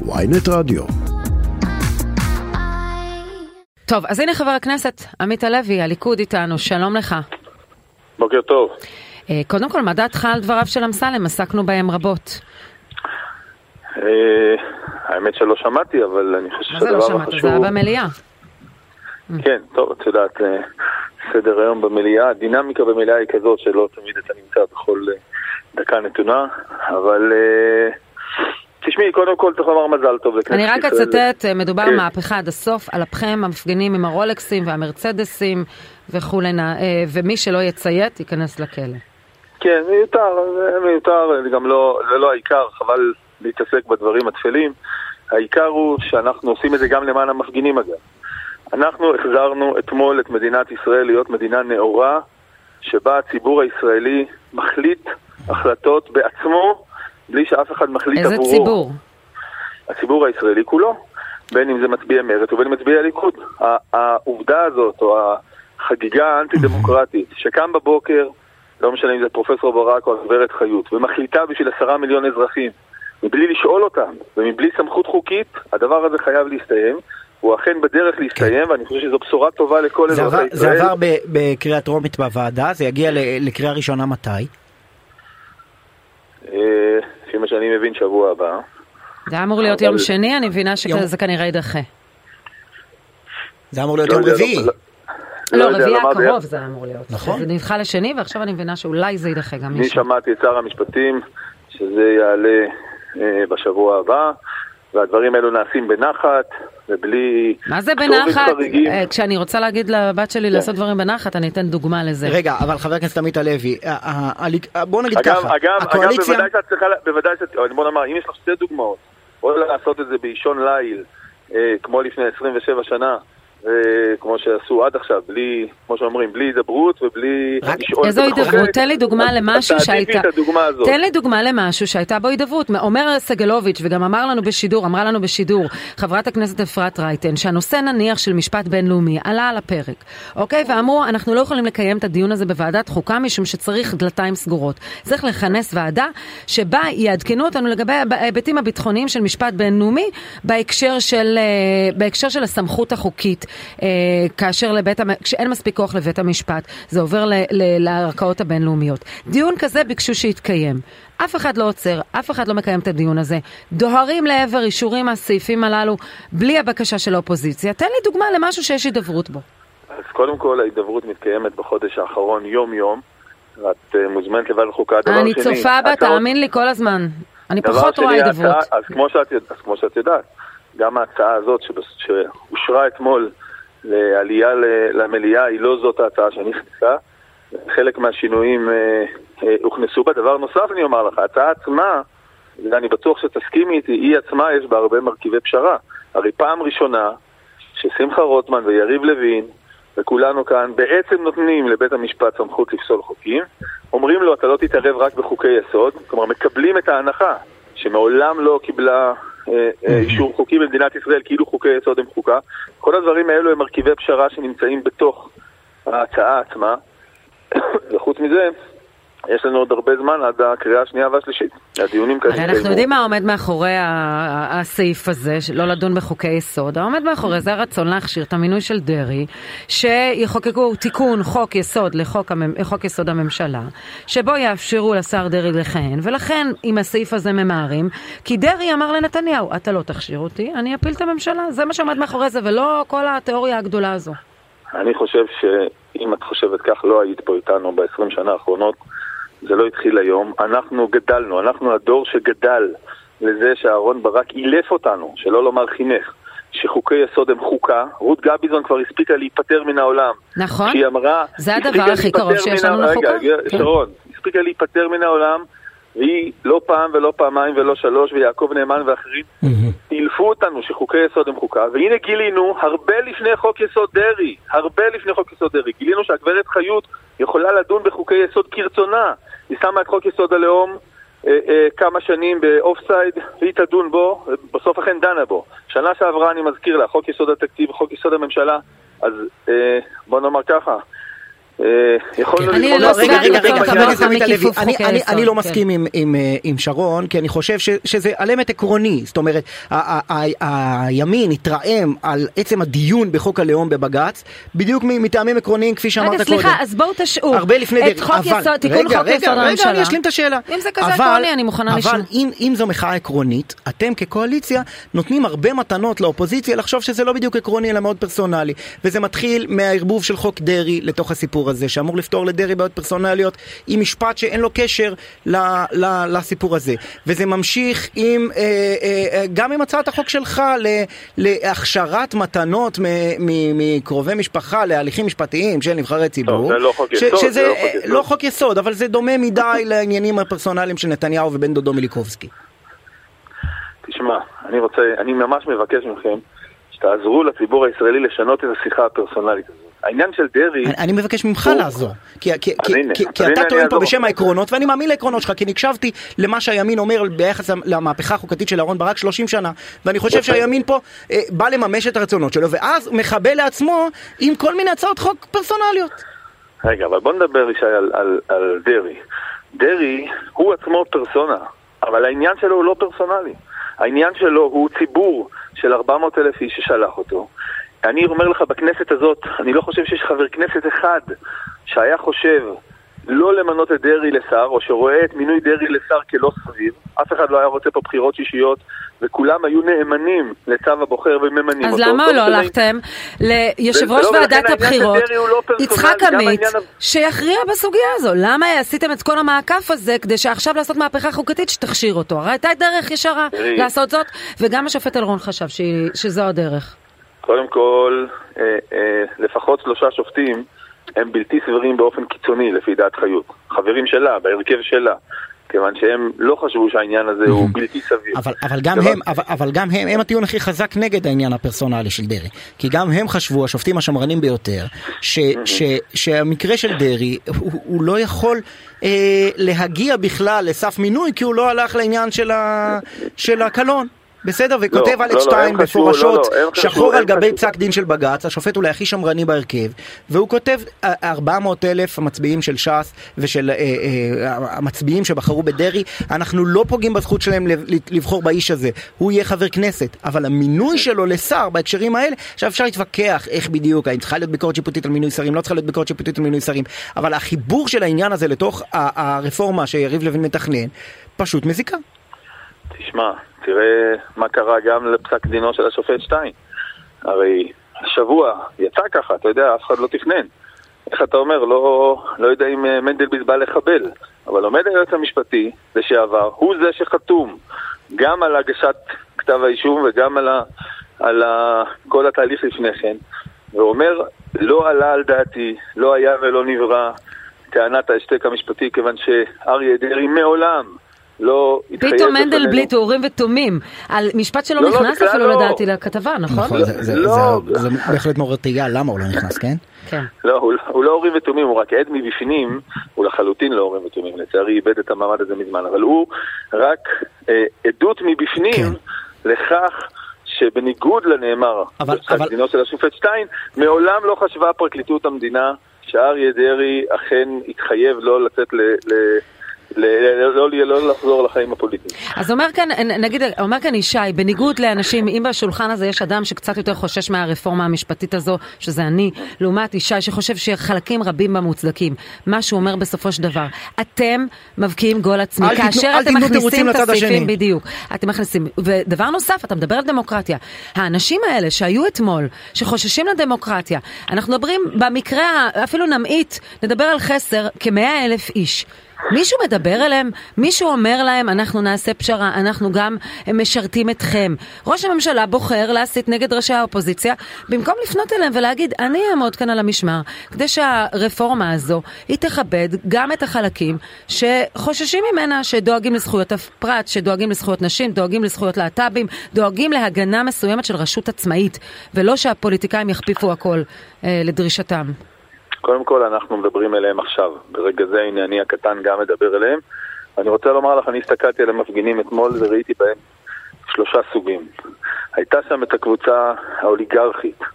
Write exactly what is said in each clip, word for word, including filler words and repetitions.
וויינט רדיו. טוב, אז הנה חבר הכנסת עמית הלוי, הליכוד איתנו, שלום לך. בוקר טוב. קודם כל, מה דעתך על דבריו של אמסלם? עסקנו בהם רבות. האמת שלא שמעתי, אבל אני חושב שהדבר החשוב... מה זה לא שמעת? זה היה במליאה. כן, טוב, את יודעת, סדר היום במליאה, הדינמיקה במליאה היא כזאת שלא תמיד אתה נמצא בכל דקה נתונה, אבל תשמעי, קודם כל צריך לומר מזל טוב לכנסת ישראל. אני רק אצטט, מדובר מהפכה עד הסוף, על אפכם המפגינים עם הרולקסים והמרצדסים וכולי, ומי שלא יציית ייכנס לכלא. כן, מיותר, מיותר, גם לא, זה לא העיקר, חבל להתעסק בדברים התפלים. העיקר הוא שאנחנו עושים את זה גם למען המפגינים אגב. אנחנו החזרנו אתמול את מדינת ישראל להיות מדינה נאורה, שבה הציבור הישראלי מחליט החלטות בעצמו, בלי שאף אחד מחליט איזה עבורו. איזה ציבור? הציבור הישראלי כולו, בין אם זה מצביע מרצ ובין אם מצביע הליכוד. העובדה הזאת, או החגיגה האנטי-דמוקרטית, שקם בבוקר, לא משנה אם זה פרופסור ברק או הגברת חיות, ומחליטה בשביל עשרה מיליון אזרחים, מבלי לשאול אותם, ומבלי סמכות חוקית, הדבר הזה חייב להסתיים. הוא אכן בדרך להסתיים, ואני חושב שזו בשורה טובה לכל אזרחי ישראל. זה עבר בקריאה טרומית בוועדה, זה יגיע לקריאה ראשונה מתי? לפי מה שאני מבין, שבוע הבא. זה אמור להיות יום שני, אני מבינה שזה כנראה ידחה. זה אמור להיות יום רביעי. לא, רביעי הקרוב זה אמור להיות. נכון. זה נדחה לשני, ועכשיו אני מבינה שאולי זה ידחה גם מישהו. אני שמעתי את שר המשפטים, שזה יעלה בשבוע הבא, והדברים האלו נעשים בנחת, ובלי... מה זה בנחת? כשאני רוצה להגיד לבת שלי לעשות דברים בנחת, אני אתן דוגמה לזה. רגע, אבל חבר הכנסת עמית הלוי, בוא נגיד ככה, הקואליציה... אגב, בוודאי שאת... בוא נאמר, אם יש לך שתי דוגמאות, או לעשות את זה באישון ליל, כמו לפני עשרים ושבע שנה, כמו שעשו עד עכשיו, בלי, כמו שאומרים, בלי הידברות ובלי... איזו הידברות? תן לי דוגמה למשהו שהייתה... תן לי דוגמה למשהו שהייתה בו הידברות. אומר סגלוביץ' וגם אמר לנו בשידור, אמרה לנו בשידור, חברת הכנסת אפרת רייטן, שהנושא נניח של משפט בינלאומי עלה על הפרק. אוקיי? ואמרו, אנחנו לא יכולים לקיים את הדיון הזה בוועדת חוקה, משום שצריך דלתיים סגורות. צריך לכנס ועדה שבה יעדכנו אותנו לגבי ההיבטים הביטחוניים של משפט בינלאומי, בהקשר של, בהקשר של הסמכות החוקית. כאשר לבית, כשאין מספיק כוח לבית המשפט, זה עובר לערכאות הבינלאומיות. דיון כזה ביקשו שיתקיים. אף אחד לא עוצר, אף אחד לא מקיים את הדיון הזה. דוהרים לעבר אישורים הסעיפים הללו, בלי הבקשה של האופוזיציה. תן לי דוגמה למשהו שיש הידברות בו. אז קודם כל, ההידברות מתקיימת בחודש האחרון יום-יום. את מוזמנת לוועדת חוקה. אני צופה בה, תאמין לי כל הזמן. אני פחות רואה הידברות. אז כמו שאת יודעת, גם ההצעה הזאת שאושרה אתמול לעלייה למליאה היא לא זאת ההצעה שנכנסה. חלק מהשינויים אה, אה, הוכנסו בה. דבר נוסף אני אומר לך, ההצעה עצמה, ואני בטוח שתסכימי איתי, היא עצמה יש בה הרבה מרכיבי פשרה. הרי פעם ראשונה ששמחה רוטמן ויריב לוין וכולנו כאן בעצם נותנים לבית המשפט סמכות לפסול חוקים, אומרים לו אתה לא תתערב רק בחוקי יסוד, כלומר מקבלים את ההנחה שמעולם לא קיבלה אישור חוקים במדינת ישראל כאילו חוקי יסוד הם חוקה. כל הדברים האלו הם מרכיבי פשרה שנמצאים בתוך ההצעה עצמה. וחוץ מזה יש לנו עוד הרבה זמן עד הקריאה השנייה והשלישית. הדיונים כאלה. אנחנו יודעים מה עומד מאחורי הסעיף הזה, לא לדון בחוקי יסוד. העומד מאחורי זה הרצון להכשיר את המינוי של דרי, שיחוקקו תיקון חוק יסוד לחוק יסוד הממשלה, שבו יאפשרו לשר דרי לכהן, ולכן עם הסעיף הזה ממהרים, כי דרי אמר לנתניהו, אתה לא תכשיר אותי, אני אפיל את הממשלה. זה מה שעומד מאחורי זה, ולא כל התיאוריה הגדולה הזו. אני חושב שאם את חושבת כך, לא היית פה איתנו ב-עשרים שנה האחרונות, זה לא התחיל היום. אנחנו גדלנו, אנחנו הדור שגדל לזה שאהרון ברק אילף אותנו, שלא לומר חינך, שחוקי יסוד הם חוקה. רות גביזון כבר הספיקה להיפטר מן העולם. נכון, שהיא אמרה, זה הדבר הכי קרוב שיש לנו לחוקה. רגע, כן. שרון, הספיקה להיפטר מן העולם, והיא לא פעם ולא פעמיים ולא שלוש, ויעקב נאמן ואחרים, אילפו אותנו שחוקי יסוד הם חוקה, והנה גילינו, הרבה לפני חוק יסוד דרי, הרבה לפני חוק יסוד דרי, גילינו שהגברת חיות יכולה לדון בחוקי יסוד כרצונה. היא שמה את חוק יסוד הלאום אה, אה, כמה שנים באופסייד, והיא תדון בו, בסוף אכן דנה בו. שנה שעברה אני מזכיר לה, חוק יסוד התקציב, חוק יסוד הממשלה, אז אה, בוא נאמר ככה, אני לא רגע, רגע, רגע, חבר הכנסת עמית הלוי, אני לא מסכים עם שרון, כי אני חושב שזה על אמת עקרוני, זאת אומרת, הימין התרעם על עצם הדיון בחוק הלאום בבג"ץ, בדיוק מטעמים עקרוניים, כפי שאמרת קודם. סליחה, אז בואו תשאו את חוק יסוד, תיקון חוק יסוד הממשלה. רגע, אני אשלים את השאלה. אם זה כזה עקרוני, אני מוכנה לשאול. אבל אם זו מחאה עקרונית, אתם כקואליציה נותנים הרבה מתנות לאופוזיציה לחשוב שזה לא בדיוק עקרוני, אלא מאוד פרסונלי. וזה מתחיל מהערבוב של חוק דרעי לתוך הסיפור הזה, שאמור לפתור לדרעי בעיות פרסונליות, עם משפט שאין לו קשר ל, ל, לסיפור הזה. וזה ממשיך עם, אה, אה, גם עם הצעת החוק שלך ל, להכשרת מתנות מקרובי משפחה להליכים משפטיים של נבחרי ציבור. זה לא חוק יסוד. שזה לא חוק יסוד. לא חוק יסוד, אבל זה דומה מדי לעניינים הפרסונליים של נתניהו ובן דודו מיליקובסקי. תשמע, אני רוצה, אני ממש מבקש מכם שתעזרו לציבור הישראלי לשנות את השיחה הפרסונלית הזאת. העניין של דרעי... אני מבקש ממך לעזור, כי אתה טוען פה בשם העקרונות, ואני מאמין לעקרונות שלך, כי נקשבתי למה שהימין אומר ביחס למהפכה החוקתית של אהרן ברק שלושים שנה, ואני חושב שהימין פה בא לממש את הרצונות שלו, ואז מחבל לעצמו עם כל מיני הצעות חוק פרסונליות. רגע, אבל בוא נדבר ישי על דרעי. דרעי הוא עצמו פרסונה, אבל העניין שלו הוא לא פרסונלי. העניין שלו הוא ציבור של ארבע מאות אלף איש ששלח אותו. אני אומר לך, בכנסת הזאת, אני לא חושב שיש חבר כנסת אחד שהיה חושב לא למנות את דרעי לשר, או שרואה את מינוי דרעי לשר כלא סביר. אף אחד לא היה רוצה פה בחירות שישיות, וכולם היו נאמנים לצו הבוחר וממנים אז אותו. אז למה לא הלכתם ליושב ראש ועדת הבחירות, יצחק עמית, שיכריע בסוגיה הזו? למה עשיתם את כל המעקף הזה כדי שעכשיו לעשות מהפכה חוקתית שתכשיר אותו? הרי הייתה דרך ישרה לעשות זאת, וגם השופט אלרון חשב שזו הדרך. קודם כל, אה, אה, לפחות שלושה שופטים הם בלתי סבירים באופן קיצוני לפי דעת חיות. חברים שלה, בהרכב שלה. כיוון שהם לא חשבו שהעניין הזה הוא בלתי סביר. אבל, אבל גם הם, אבל, אבל גם הם, הם הטיעון הכי חזק נגד העניין הפרסונלי של דרעי. כי גם הם חשבו, השופטים השמרנים ביותר, ש, ש, שהמקרה של דרעי, הוא, הוא לא יכול אה, להגיע בכלל לסף מינוי, כי הוא לא הלך לעניין של, ה, של הקלון. בסדר, וכותב על שתיים בפורשות, שחור על גבי פסק דין של בג"ץ, השופט אולי הכי שמרני בהרכב, והוא כותב ארבע מאות אלף המצביעים של ש"ס ושל המצביעים שבחרו בדרעי, אנחנו לא פוגעים בזכות שלהם לבחור באיש הזה, הוא יהיה חבר כנסת, אבל המינוי שלו לשר בהקשרים האלה, עכשיו אפשר להתווכח איך בדיוק, האם צריכה להיות ביקורת שיפוטית על מינוי שרים, לא צריכה להיות ביקורת שיפוטית על מינוי שרים, אבל החיבור של העניין הזה לתוך הרפורמה שיריב לוין מתכנן, פשוט מזיקה. תשמע, תראה מה קרה גם לפסק דינו של השופט שטיין. הרי השבוע יצא ככה, אתה יודע, אף אחד לא תכנן. איך אתה אומר, לא, לא יודע אם מנדלבליט בא לחבל, אבל עומד היועץ המשפטי לשעבר, הוא זה שחתום גם על הגשת כתב האישום וגם על, ה, על ה, כל התהליך לפני כן, ואומר, לא עלה על דעתי, לא היה ולא נברא טענת ההשתק המשפטי, כיוון שאריה דרעי מעולם לא התחייב. פתאום מנדלבליט הורים ותומים על משפט שלא נכנס אפילו לדעתי לכתבה, נכון? זה בהחלט מעורר תהייה, למה הוא לא נכנס, כן? כן. לא, הוא לא הורים ותומים, הוא רק עד מבפנים, הוא לחלוטין לא הורים ותומים, לצערי איבד את המעמד הזה מזמן, אבל הוא רק עדות מבפנים לכך שבניגוד לנאמר בפסק דינו של השופט שטיין, מעולם לא חשבה פרקליטות המדינה שאריה דרעי אכן התחייב לא לצאת ל... לא, לא לחזור לחיים הפוליטיים. אז אומר כאן, נגיד, אומר כאן ישי, בניגוד לאנשים, אם בשולחן הזה יש אדם שקצת יותר חושש מהרפורמה המשפטית הזו, שזה אני, לעומת ישי שחושב שחלקים רבים במוצדקים, מה שהוא אומר בסופו של דבר, אתם מבקיעים גול עצמי, כאשר אתם מכניסים את הסעיפים, בדיוק, אתם מכניסים, ודבר נוסף, אתה מדבר על דמוקרטיה, האנשים האלה שהיו אתמול, שחוששים לדמוקרטיה, אנחנו מדברים במקרה, אפילו נמעיט, נדבר על חסר כמאה אלף איש, מישהו מדבר אליהם, מישהו אומר להם, אנחנו נעשה פשרה, אנחנו גם משרתים אתכם. ראש הממשלה בוחר להסית נגד ראשי האופוזיציה, במקום לפנות אליהם ולהגיד, אני אעמוד כאן על המשמר, כדי שהרפורמה הזו, היא תכבד גם את החלקים שחוששים ממנה, שדואגים לזכויות הפרט, שדואגים לזכויות נשים, דואגים לזכויות להט"בים, דואגים להגנה מסוימת של רשות עצמאית, ולא שהפוליטיקאים יכפיפו הכל אה, לדרישתם. קודם כל אנחנו מדברים אליהם עכשיו, ברגע זה הנה אני הקטן גם מדבר אליהם. אני רוצה לומר לך, אני הסתכלתי על המפגינים אתמול וראיתי בהם שלושה סוגים. הייתה שם את הקבוצה האוליגרכית,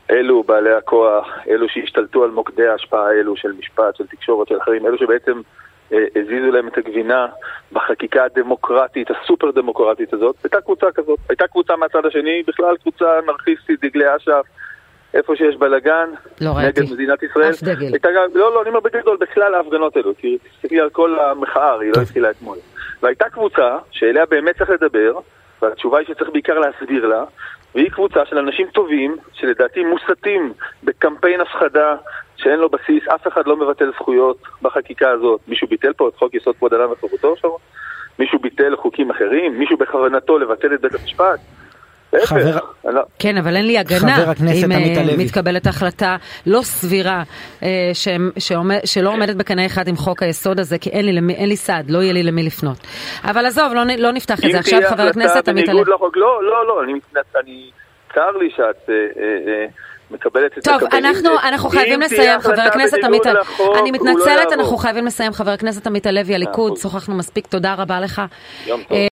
אלו בעלי הכוח, אלו שהשתלטו על מוקדי ההשפעה, אלו של משפט, של תקשורת, של אחרים, אלו שבעצם הזיזו להם את הגבינה בחקיקה הדמוקרטית, הסופר דמוקרטית הזאת. הייתה קבוצה כזאת, הייתה קבוצה מהצד השני, בכלל קבוצה אנרכיסטית, דגלי אש"ף, איפה שיש בלגן, לא נגד ראיתי. מדינת ישראל. אף דגל. הייתה, לא, לא, אני אומר בגדול, בכלל ההפגנות האלו, כי תסתכלי על כל המחאה, היא לא התחילה אתמול. והייתה קבוצה שאליה באמת צריך לדבר, והתשובה היא שצריך בעיקר להסביר לה, והיא קבוצה של אנשים טובים, שלדעתי מוסתים בקמפיין הפחדה, שאין לו בסיס, אף אחד לא מבטל זכויות בחקיקה הזאת. מישהו ביטל פה את חוק יסוד כבוד האדם וחירותו עכשיו? מישהו ביטל חוקים אחרים? מישהו בכוונתו לבטל את בית המשפט? חבר... כן, אבל אין לי הגנה אם מתקבלת החלטה לא סבירה ש... שעומד... שלא עומדת בקנה אחד עם חוק היסוד הזה, כי אין לי, למי... אין לי סעד, לא יהיה לי למי לפנות. אבל עזוב, לא, לא נפתח את זה. עכשיו חבר הכנסת עמית הלוי. לא, לא, לא, אני אני צר לי שאת... מקבלת את טוב, אנחנו, אנחנו חייבים לסיים, חבר הכנסת עמית הלוי. אני מתנצלת, אנחנו חייבים לסיים, חבר הכנסת עמית הלוי, הליכוד, שוחחנו מספיק, תודה רבה לך.